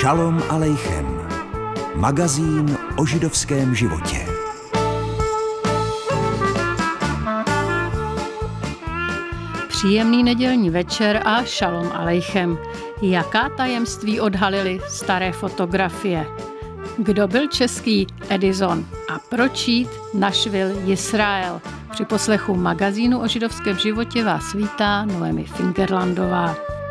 Šalom alejchem. Magazín o židovském životě. Příjemný nedělní večer a šalom alejchem. Jaká tajemství odhalily staré fotografie? Kdo byl český Edison a proč jít Nashville, Jisrael? Při poslechu magazínu o židovském životě vás vítá Noemi Fingerlandová.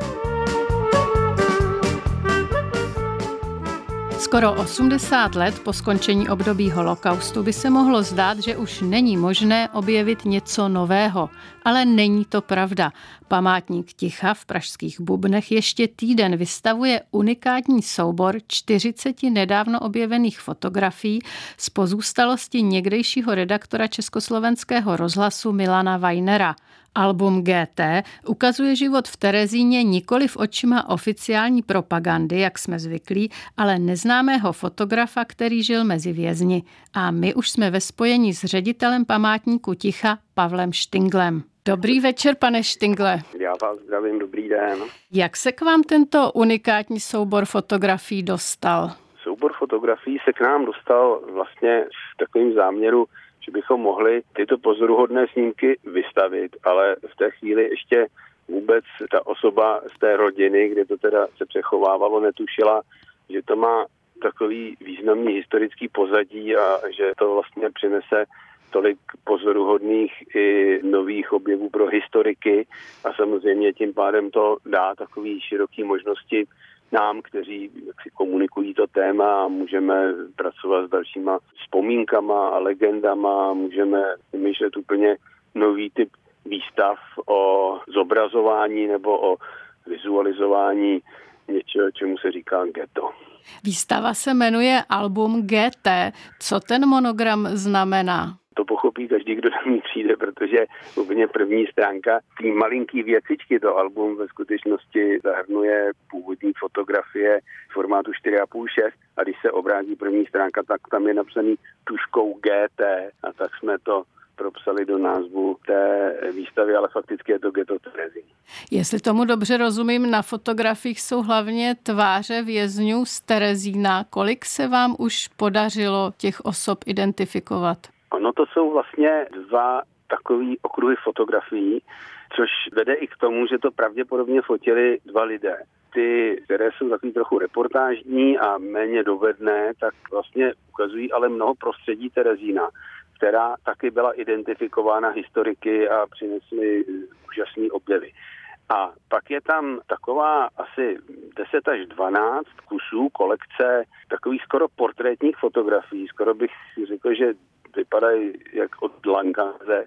Skoro 80 let po skončení období holokaustu by se mohlo zdát, že už není možné objevit něco nového. Ale není to pravda. Památník ticha v pražských Bubnech ještě týden vystavuje unikátní soubor 40 nedávno objevených fotografií z pozůstalosti někdejšího redaktora Československého rozhlasu Milana Weinera. Album GT ukazuje život v Terezíně nikoliv očima oficiální propagandy, jak jsme zvyklí, ale neznámého fotografa, který žil mezi vězni. A my už jsme ve spojení s ředitelem památníku ticha Pavlem Štinglem. Dobrý večer, pane Štingle. Já vás zdravím, dobrý den. Jak se k vám tento unikátní soubor fotografií dostal? Soubor fotografií se k nám dostal vlastně v takovém záměru, že bychom mohli tyto pozoruhodné snímky vystavit, ale v té chvíli ještě vůbec ta osoba z té rodiny, kde to teda se přechovávalo, netušila, že to má takový významný historický pozadí a že to vlastně přinese tolik pozoruhodných i nových objevů pro historiky a samozřejmě tím pádem to dá takový široký možnosti nám, kteří si komunikují to téma a můžeme pracovat s dalšíma vzpomínkama a legendama, můžeme vymýšlet úplně nový typ výstav o zobrazování nebo o vizualizování něčeho, čemu se říká ghetto. Výstava se jmenuje Album GT. Co ten monogram znamená? To pochopí každý, kdo do ní přijde, protože úplně první stránka té malinký věcičky, to album ve skutečnosti zahrnuje původní fotografie formátu 4,5:6 a když se obrátí první stránka, tak tam je napsaný tuškou GT a tak jsme to propsali do názvu té výstavy, ale fakticky je to Ghetto Terezín. Jestli tomu dobře rozumím, na fotografiích jsou hlavně tváře vězňů z Terezína. Kolik se vám už podařilo těch osob identifikovat? Ono to jsou vlastně dva takový okruhy fotografií, což vede i k tomu, že to pravděpodobně fotili dva lidé. Ty, které jsou takový trochu reportážní a méně dovedné, tak vlastně ukazují ale mnoho prostředí Terezína, která taky byla identifikována historiky a přinesly úžasné objevy. A pak je tam taková asi 10 až 12 kusů kolekce takových skoro portrétních fotografií. Skoro bych řekl, že vypadají jak od Langáze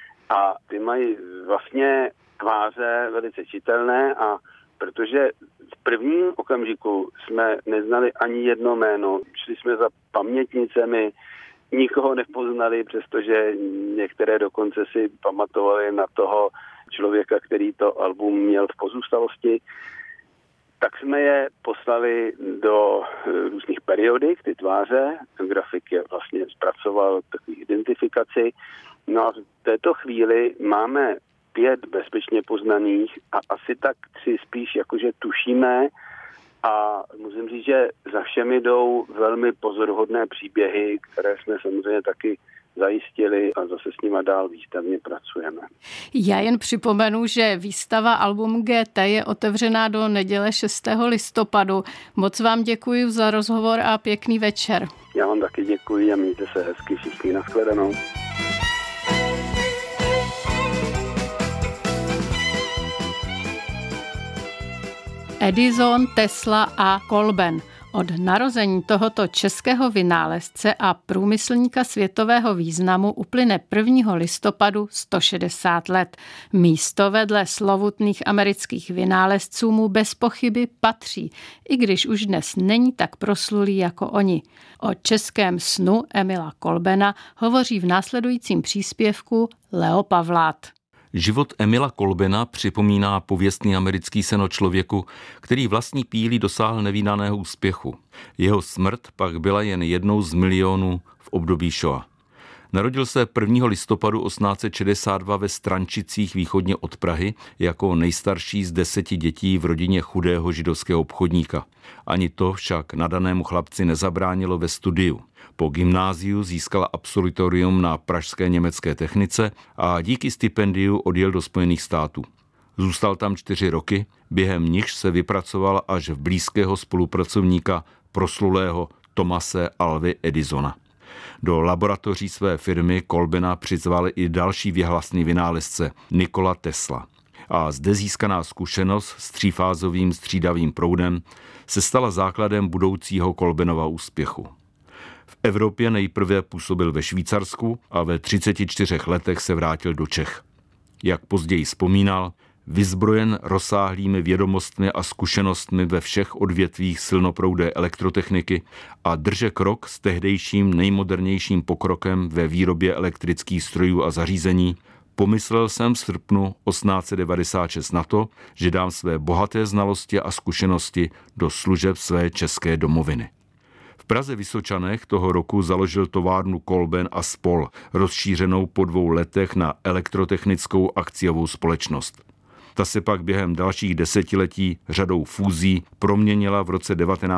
a ty mají vlastně tváře velice čitelné a protože v prvním okamžiku jsme neznali ani jedno jméno, šli jsme za pamětnicemi, nikoho nepoznali, přestože některé dokonce si pamatovali na toho člověka, který to album měl v pozůstalosti, tak jsme je poslali do různých periodik, ty tváře, grafik je vlastně zpracoval takový identifikaci. No a v této chvíli máme 5 bezpečně poznaných a asi tak 3 spíš jakože tušíme a musím říct, že za všemi jdou velmi pozoruhodné příběhy, které jsme samozřejmě taky zajistili a zase s nima dál výstavně pracujeme. Já jen připomenu, že výstava Album GT je otevřená do neděle 6. listopadu. Moc vám děkuji za rozhovor a pěkný večer. Já vám taky děkuji a mějte se hezky všichni. Nashledanou. Edison, Tesla a Kolben. Od narození tohoto českého vynálezce a průmyslníka světového významu uplyne 1. listopadu 160 let. Místo vedle slovutných amerických vynálezců mu bez pochyby patří, i když už dnes není tak proslulý jako oni. O českém snu Emila Kolbena hovoří v následujícím příspěvku Leo Pavlát. Život Emila Kolbena připomíná pověstný americký sen o člověku, který vlastní pílí dosáhl nevídaného úspěchu. Jeho smrt pak byla jen jednou z milionů v období Shoah. Narodil se 1. listopadu 1862 ve Strančicích východně od Prahy jako nejstarší z 10 dětí v rodině chudého židovského obchodníka. Ani to však nadanému chlapci nezabránilo ve studiu. Po gymnáziu získal absolutorium na pražské německé technice a díky stipendiu odjel do Spojených států. Zůstal tam 4 roky, během nichž se vypracoval až v blízkého spolupracovníka proslulého Thomase Alvy Edisona. Do laboratoří své firmy Kolbena přizval i další věhlasný vynálezce Nikola Tesla. A zde získaná zkušenost s třífázovým střídavým proudem se stala základem budoucího Kolbenova úspěchu. V Evropě nejprve působil ve Švýcarsku a ve 34 letech se vrátil do Čech. Jak později vzpomínal, vyzbrojen rozsáhlými vědomostmi a zkušenostmi ve všech odvětvích silnoproudé elektrotechniky a drže krok s tehdejším nejmodernějším pokrokem ve výrobě elektrických strojů a zařízení, pomyslel jsem v srpnu 1896 na to, že dám své bohaté znalosti a zkušenosti do služeb své české domoviny. V Praze Vysočanech toho roku založil továrnu Kolben a spol, rozšířenou po 2 letech na elektrotechnickou akciovou společnost. Ta se pak během dalších desetiletí řadou fúzí proměnila v roce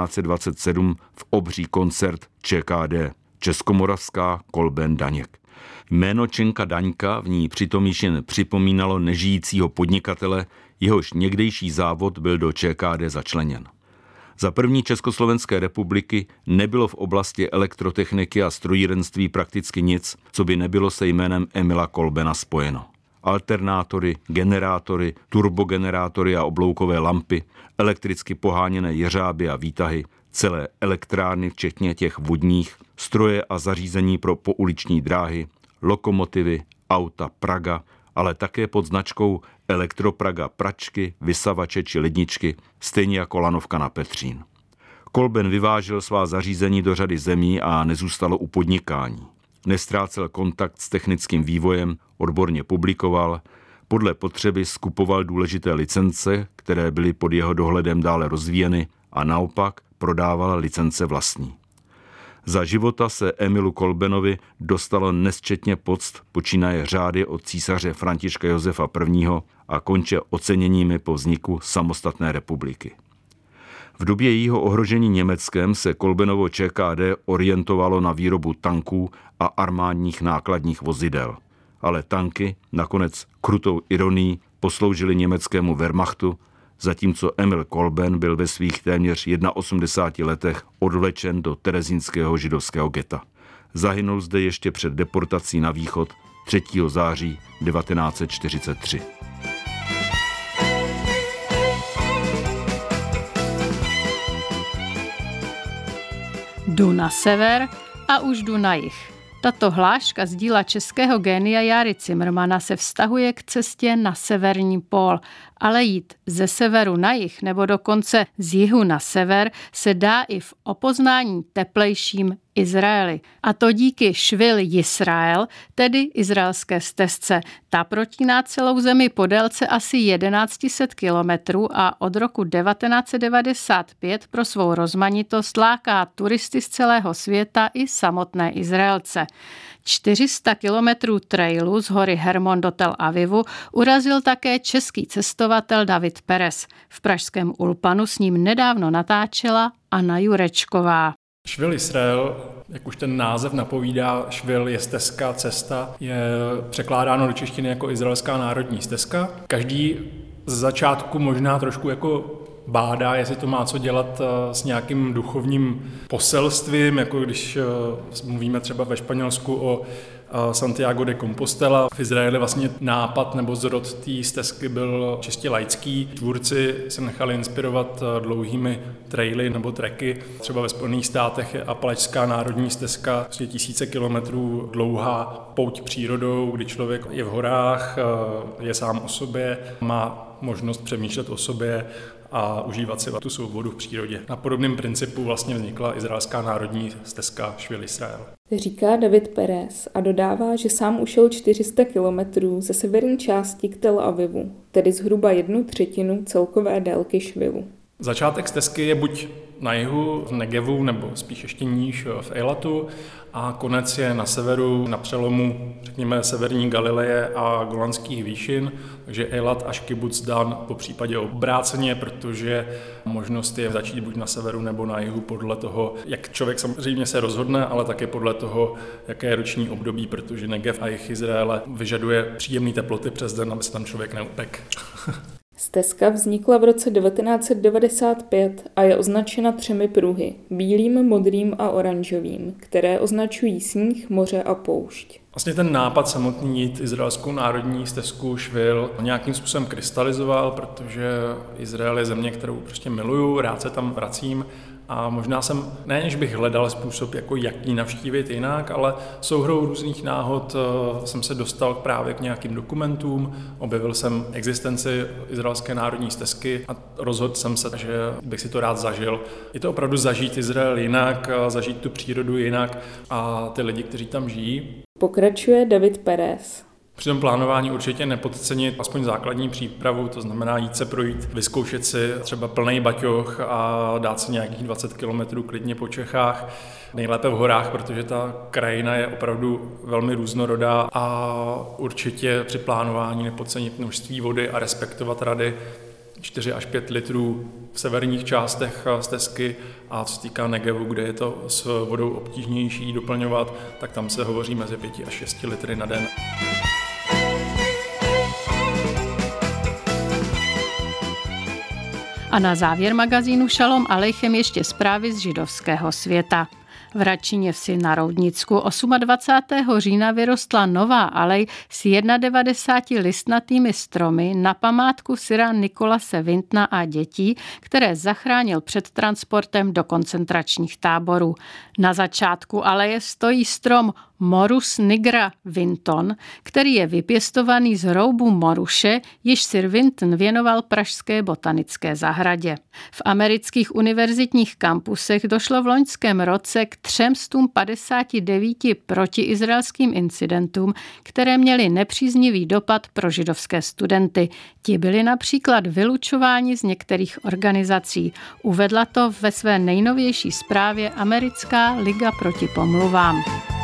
1927 v obří koncert ČKD, Českomoravská Kolben Daněk. Jméno Čenka Daňka v ní přitom již jen připomínalo nežijícího podnikatele, jehož někdejší závod byl do ČKD začleněn. Za první Československé republiky nebylo v oblasti elektrotechniky a strojírenství prakticky nic, co by nebylo se jménem Emila Kolbena spojeno. Alternátory, generátory, turbogenerátory a obloukové lampy, elektricky poháněné jeřáby a výtahy, celé elektrárny, včetně těch vodních, stroje a zařízení pro pouliční dráhy, lokomotivy, auta Praga, ale také pod značkou Elektropraga pračky, vysavače či ledničky, stejně jako lanovka na Petřín. Kolben vyvážel svá zařízení do řady zemí a nezůstalo u podnikání. Nestrácel kontakt s technickým vývojem, odborně publikoval, podle potřeby skupoval důležité licence, které byly pod jeho dohledem dále rozvíjeny, a naopak prodával licence vlastní. Za života se Emilu Kolbenovi dostalo nesčetně poct, počínaje řády od císaře Františka Josefa I. A konče oceněními po vzniku samostatné republiky. V době jejího ohrožení Německem se Kolbenovo ČKD orientovalo na výrobu tanků a armádních nákladních vozidel. Ale tanky nakonec krutou ironií posloužily německému Wehrmachtu, zatímco Emil Kolben byl ve svých téměř 81 letech odvlečen do terezínského židovského geta. Zahynul zde ještě před deportací na východ 3. září 1943. Jdu na sever a už jdu na jih. Tato hláška z díla českého génia Járy Cimrmana se vztahuje k cestě na severní pól, ale jít ze severu na jih nebo dokonce z jihu na sever se dá i v opoznání teplejším Izraeli. A to díky Švil Jisrael, tedy izraelské stezce. Ta protíná celou zemi po délce asi 1100 kilometrů a od roku 1995 pro svou rozmanitost láká turisty z celého světa i samotné Izraelce. 400 kilometrů trailu z hory Hermon do Tel Avivu urazil také český cestovatel David Perez. V pražském Ulpanu s ním nedávno natáčela Anna Jurečková. Švil Jisrael, jak už ten název napovídá, švil je stezka, cesta, je překládáno do češtiny jako izraelská národní stezka. Každý z začátku možná trošku jako bádá, jestli to má co dělat s nějakým duchovním poselstvím, jako když mluvíme třeba ve Španělsku o Santiago de Compostela. V Izraeli vlastně nápad nebo zrod té stezky byl čistě laický. Tvůrci se nechali inspirovat dlouhými traily nebo treky. Třeba ve Spojených státech je Apalačská národní stezka, vlastně 1000 kilometrů dlouhá pouť přírodou, kdy člověk je v horách, je sám o sobě, má možnost přemýšlet o sobě a užívat si tu svobodu v přírodě. Na podobném principu vlastně vznikla izraelská národní stezka Švil Jisrael. Říká David Perez a dodává, že sám ušel 400 kilometrů ze severní části k Tel Avivu, tedy zhruba 1/3 celkové délky švilu. Začátek stezky je buď na jihu v Negevu, nebo spíš ještě níž v Eilatu, a konec je na severu, na přelomu, řekněme, severní Galileje a Golanských výšin, takže Eilat až Kibuc Dan, po případě obráceně, protože možnost je začít buď na severu nebo na jihu podle toho, jak člověk samozřejmě se rozhodne, ale také podle toho, jaké je roční období, protože Negev a jih Izraele vyžaduje příjemné teploty přes den, aby se tam člověk neupek. Stezka vznikla v roce 1995 a je označena 3 pruhy, bílým, modrým a oranžovým, které označují sníh, moře a poušť. Vlastně ten nápad samotný jít izraelskou národní stezku Švil nějakým způsobem krystalizoval, protože Izrael je země, kterou prostě miluju, rád se tam vracím a možná jsem, než bych hledal způsob, jako jak ji navštívit jinak, ale souhrou různých náhod jsem se dostal právě k nějakým dokumentům, objevil jsem existenci izraelské národní stezky a rozhodl jsem se, že bych si to rád zažil. Je to opravdu zažít Izrael jinak, zažít tu přírodu jinak a ty lidi, kteří tam žijí. Pokračuje David Pérez. Při tom plánování určitě nepodcenit aspoň základní přípravu, to znamená jít se projít, vyzkoušet si třeba plný baťoch a dát si nějakých 20 kilometrů klidně po Čechách, nejlépe v horách, protože ta krajina je opravdu velmi různorodá a určitě při plánování nepodcenit množství vody a respektovat rady 4 až 5 litrů v severních částech stezky a co se týká Negevu, kde je to s vodou obtížnější doplňovat, tak tam se hovoří mezi 5 až 6 litry na den. A na závěr magazínu Šalom Aleichem ještě zprávy z židovského světa. V Račině vsi na Roudnicku 28. října vyrostla nová alej s 91 listnatými stromy na památku syra Nikolase Vintna a dětí, které zachránil před transportem do koncentračních táborů. Na začátku aleje stojí strom Morus nigra Vinton, který je vypěstovaný z hroubu moruše, již sir Vinton věnoval pražské botanické zahradě. V amerických univerzitních kampusech došlo v loňském roce k 359 protiizraelským incidentům, které měly nepříznivý dopad pro židovské studenty. Ti byli například vylučováni z některých organizací. Uvedla to ve své nejnovější zprávě Americká liga proti pomluvám.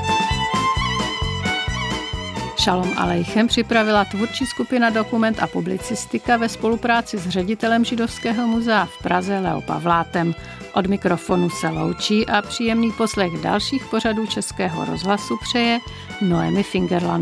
Šalom Aleichem připravila tvůrčí skupina Dokument a publicistika ve spolupráci s ředitelem Židovského muzea v Praze Leo Pavlátem. Od mikrofonu se loučí a příjemný poslech dalších pořadů Českého rozhlasu přeje Noemi Fingerland.